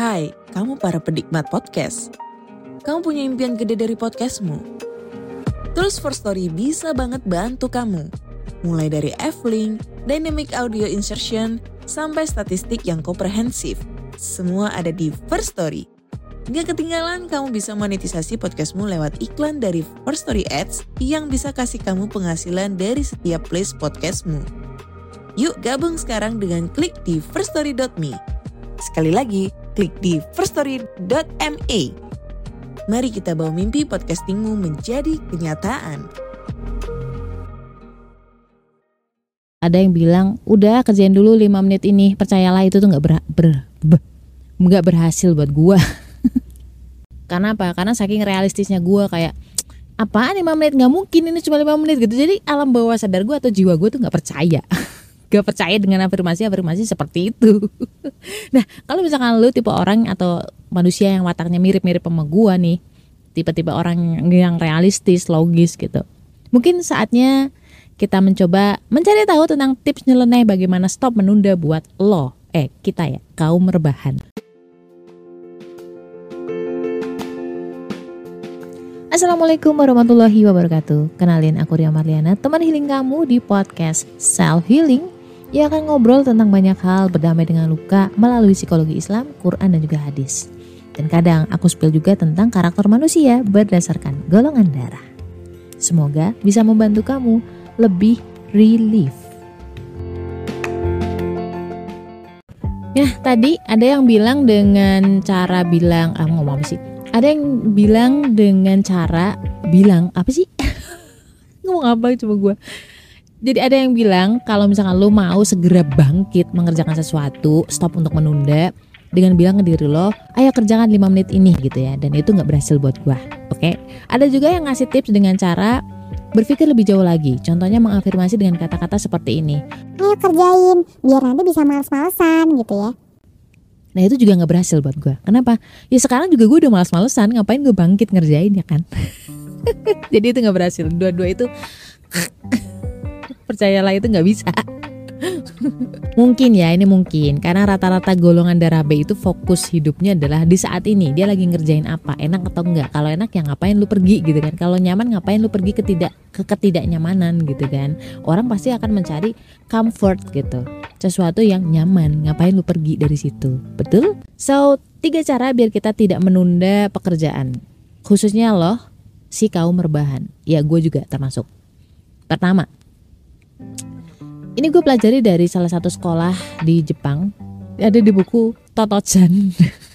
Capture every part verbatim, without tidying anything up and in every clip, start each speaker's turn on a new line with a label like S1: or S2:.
S1: Hai, kamu para penikmat podcast. Kamu punya impian gede dari podcastmu? Terus First Story bisa banget bantu kamu. Mulai dari F-Link, Dynamic Audio Insertion, sampai statistik yang komprehensif. Semua ada di First Story. Gak ketinggalan kamu bisa monetisasi podcastmu lewat iklan dari First Story Ads yang bisa kasih kamu penghasilan dari setiap place podcastmu. Yuk gabung sekarang dengan klik di first story dot me. Sekali lagi, klik di first story dot me. Mari kita bawa mimpi podcastingmu menjadi kenyataan.
S2: Ada yang bilang, udah kerjain dulu lima menit ini, percayalah itu tuh gak, ber, ber, ber, gak berhasil buat gue. Karena apa? Karena saking realistisnya gue kayak, apaan lima menit, gak mungkin ini cuma lima menit gitu. Jadi alam bawah sadar gue atau jiwa gue tuh gak percaya. Gak percaya dengan afirmasi-afirmasi seperti itu. Nah, kalau misalkan lu tipe orang atau manusia yang wataknya mirip-mirip sama gue nih, tipe-tipe orang yang realistis, logis gitu, mungkin saatnya kita mencoba mencari tahu tentang tips nyeleneh bagaimana stop menunda buat lo, eh kita ya, kaum rebahan. Assalamualaikum warahmatullahi wabarakatuh. Kenalin, aku Ria Marliana, teman healing kamu di podcast Self Healing yang akan ngobrol tentang banyak hal berdamai dengan luka melalui psikologi Islam, Quran dan juga hadis. Dan kadang aku spill juga tentang karakter manusia berdasarkan golongan darah. Semoga bisa membantu kamu lebih relief. Ya, tadi ada yang bilang dengan cara bilang, ah ngomong apa sih? Ada yang bilang dengan cara bilang apa sih? Ngomong apa cuma gue. Jadi ada yang bilang kalau misalkan lo mau segera bangkit mengerjakan sesuatu, stop untuk menunda dengan bilang ke diri lo, ayo kerjakan lima menit ini gitu ya. Dan itu gak berhasil buat gue. Oke. Ada juga yang ngasih tips dengan cara berpikir lebih jauh lagi. Contohnya mengafirmasi dengan kata-kata seperti ini,
S3: ayo kerjain biar nanti bisa males-malesan gitu ya.
S2: Nah itu juga gak berhasil buat gue. Kenapa? Ya sekarang juga gue udah males-malesan, ngapain gue bangkit ngerjain ya kan. Jadi itu gak berhasil. Dua-dua itu percayalah itu gak bisa. Mungkin ya, ini mungkin karena rata-rata golongan darah B itu fokus hidupnya adalah di saat ini. Dia lagi ngerjain apa, enak atau enggak. Kalau enak ya ngapain lu pergi gitu kan. Kalau nyaman ngapain lu pergi ke tidak ke ketidaknyamanan gitu kan. Orang pasti akan mencari comfort gitu, sesuatu yang nyaman. Ngapain lu pergi dari situ, betul? So, tiga cara biar kita tidak menunda pekerjaan, khususnya loh si kaum rebahan. Ya gue juga termasuk. Pertama, ini gue pelajari dari salah satu sekolah di Jepang. Ada di buku Totochan.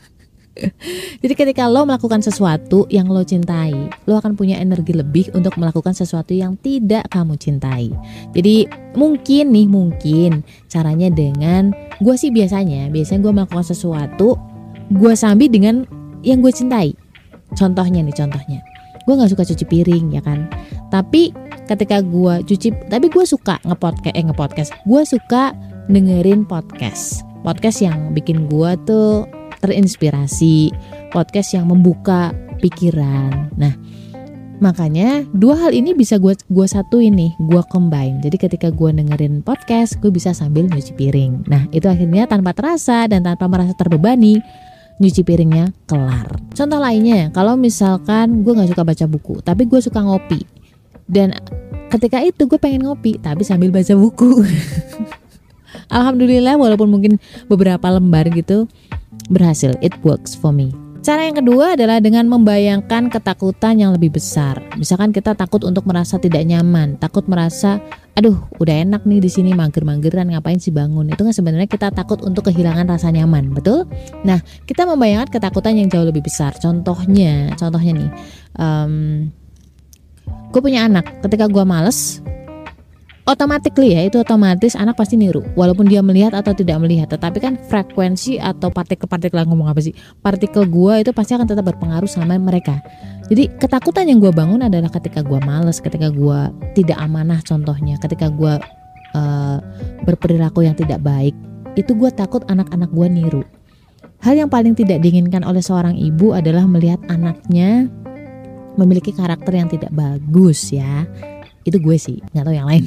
S2: Jadi ketika lo melakukan sesuatu yang lo cintai, lo akan punya energi lebih untuk melakukan sesuatu yang tidak kamu cintai. Jadi mungkin nih, mungkin caranya dengan, gue sih biasanya, biasanya gue melakukan sesuatu, gue sambil dengan yang gue cintai. Contohnya nih, contohnya. Gue gak suka cuci piring ya kan. Tapi ketika gue cuci, tapi gue suka ngepodcast, eh ngepodcast. Gue suka dengerin podcast. Podcast yang bikin gue tuh terinspirasi, podcast yang membuka pikiran. Nah, makanya dua hal ini bisa gue gue satuin nih, gue combine. Jadi ketika gue dengerin podcast, gue bisa sambil nyuci piring. Nah, itu akhirnya tanpa terasa dan tanpa merasa terbebani, nyuci piringnya kelar. Contoh lainnya, kalau misalkan gue gak suka baca buku, tapi gue suka ngopi. Dan ketika itu gue pengen ngopi, tapi sambil baca buku. Alhamdulillah, walaupun mungkin beberapa lembar gitu, berhasil. It works for me. Cara yang kedua adalah dengan membayangkan ketakutan yang lebih besar. Misalkan kita takut untuk merasa tidak nyaman, takut merasa, aduh, udah enak nih di sini mager-mageran, ngapain sih bangun? Itu kan sebenarnya kita takut untuk kehilangan rasa nyaman, betul? Nah, kita membayangkan ketakutan yang jauh lebih besar. Contohnya, contohnya nih, um, gue punya anak. Ketika gue males, automatically ya, itu otomatis anak pasti niru, walaupun dia melihat atau tidak melihat. Tetapi kan frekuensi atau partikel-partikel, ngomong apa sih, partikel gue itu pasti akan tetap berpengaruh sama mereka. Jadi ketakutan yang gue bangun adalah ketika gue malas, ketika gue tidak amanah, contohnya ketika gue uh, berperilaku yang tidak baik, itu gue takut anak-anak gue niru. Hal yang paling tidak diinginkan oleh seorang ibu adalah melihat anaknya memiliki karakter yang tidak bagus ya. Itu gue sih, gak tahu yang lain.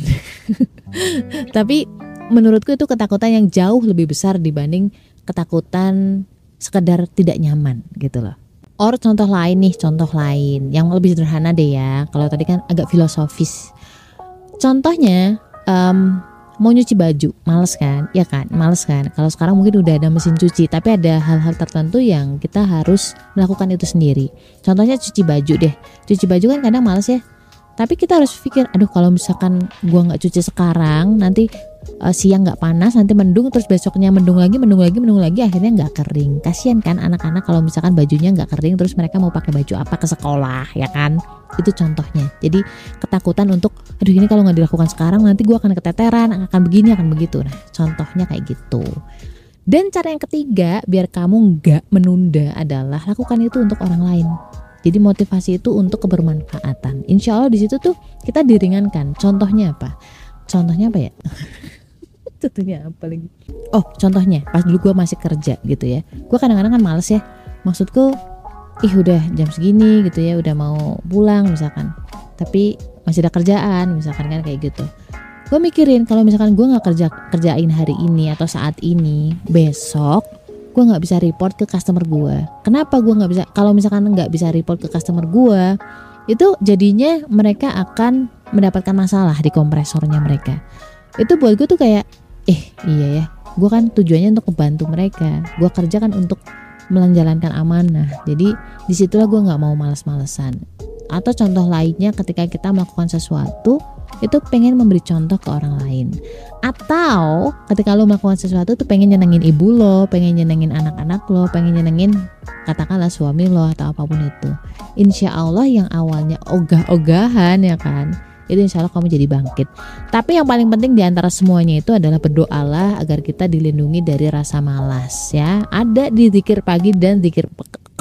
S2: Tapi menurutku itu ketakutan yang jauh lebih besar dibanding ketakutan sekedar tidak nyaman gitu loh. Or contoh lain nih, contoh lain yang lebih sederhana deh ya. Kalau tadi kan agak filosofis. Contohnya um, mau nyuci baju, males kan? Ya kan, males kan. Kalau sekarang mungkin udah ada mesin cuci, tapi ada hal-hal tertentu yang kita harus melakukan itu sendiri. Contohnya cuci baju deh. Cuci baju kan kadang males ya. Tapi kita harus pikir, aduh kalau misalkan gua nggak cuci sekarang, nanti uh, siang nggak panas, nanti mendung, terus besoknya mendung lagi, mendung lagi, mendung lagi, akhirnya nggak kering. Kasian kan anak-anak kalau misalkan bajunya nggak kering, terus mereka mau pakai baju apa ke sekolah, ya kan? Itu contohnya. Jadi ketakutan untuk, aduh ini kalau nggak dilakukan sekarang, nanti gua akan keteteran, akan begini, akan begitu. Nah, contohnya kayak gitu. Dan cara yang ketiga, biar kamu nggak menunda adalah lakukan itu untuk orang lain. Jadi motivasi itu untuk kebermanfaatan. Insya Allah di situ tuh kita diringankan. Contohnya apa? Contohnya apa ya? Contohnya apa lagi? Oh, contohnya pas dulu gue masih kerja gitu ya. Gue kadang-kadang kan males ya. Maksudku, ih udah jam segini gitu ya, udah mau pulang misalkan. Tapi masih ada kerjaan misalkan kan kayak gitu. Gue mikirin kalau misalkan gue nggak kerja kerjain hari ini atau saat ini, besok gue nggak bisa report ke customer gue. Kenapa gue nggak bisa? Kalau misalkan nggak bisa report ke customer gue, itu jadinya mereka akan mendapatkan masalah di kompresornya mereka. Itu buat gue tuh kayak, eh iya ya, gue kan tujuannya untuk membantu mereka. Gue kerja kan untuk menjalankan amanah. Jadi disitulah gue nggak mau malas-malesan. Atau contoh lainnya ketika kita melakukan sesuatu, itu pengen memberi contoh ke orang lain. Atau ketika lo melakukan sesuatu tuh pengen nyenengin ibu lo, pengen nyenengin anak-anak lo, pengen nyenengin katakanlah suami lo atau apapun itu. Insya Allah yang awalnya ogah-ogahan ya kan, itu insya Allah kamu jadi bangkit. Tapi yang paling penting diantara semuanya itu adalah berdoalah agar kita dilindungi dari rasa malas ya. Ada di zikir pagi dan zikir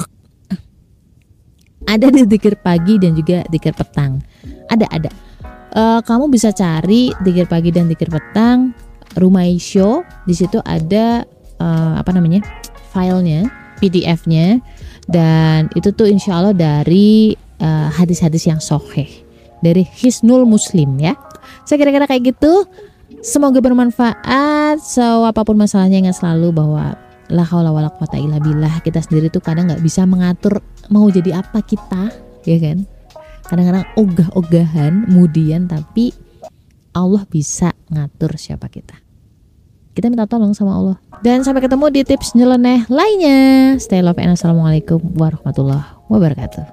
S2: ada di zikir pagi dan juga zikir petang. Ada ada. Uh, kamu bisa cari zikir pagi dan zikir petang, Rumaisyo. Di situ ada uh, apa namanya filenya, P D F-nya, dan itu tuh insya Allah dari uh, hadis-hadis yang sahih dari Hisnul Muslim ya. Saya kira-kira kayak gitu. Semoga bermanfaat. So apapun masalahnya ingat selalu bahwa la haula wala quwata illa billah. Kita sendiri tuh kadang nggak bisa mengatur mau jadi apa kita, ya kan? Kadang-kadang ogah-ogahan, kemudian tapi Allah bisa ngatur siapa kita. Kita minta tolong sama Allah. Dan sampai ketemu di tips nyeleneh lainnya. Stay love and assalamualaikum warahmatullahi wabarakatuh.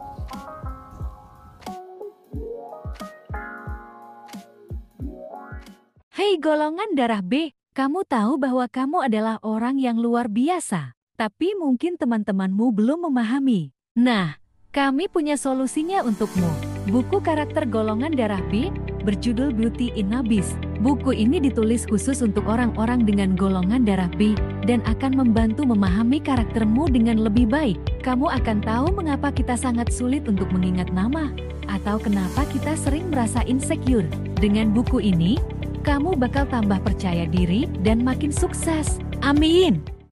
S4: Hei golongan darah B, kamu tahu bahwa kamu adalah orang yang luar biasa, tapi mungkin teman-temanmu belum memahami. Nah, kami punya solusinya untukmu. Buku karakter golongan darah B berjudul Beauty in Abyss. Buku ini ditulis khusus untuk orang-orang dengan golongan darah B dan akan membantu memahami karaktermu dengan lebih baik. Kamu akan tahu mengapa kita sangat sulit untuk mengingat nama atau kenapa kita sering merasa insecure. Dengan buku ini, kamu bakal tambah percaya diri dan makin sukses. Amin.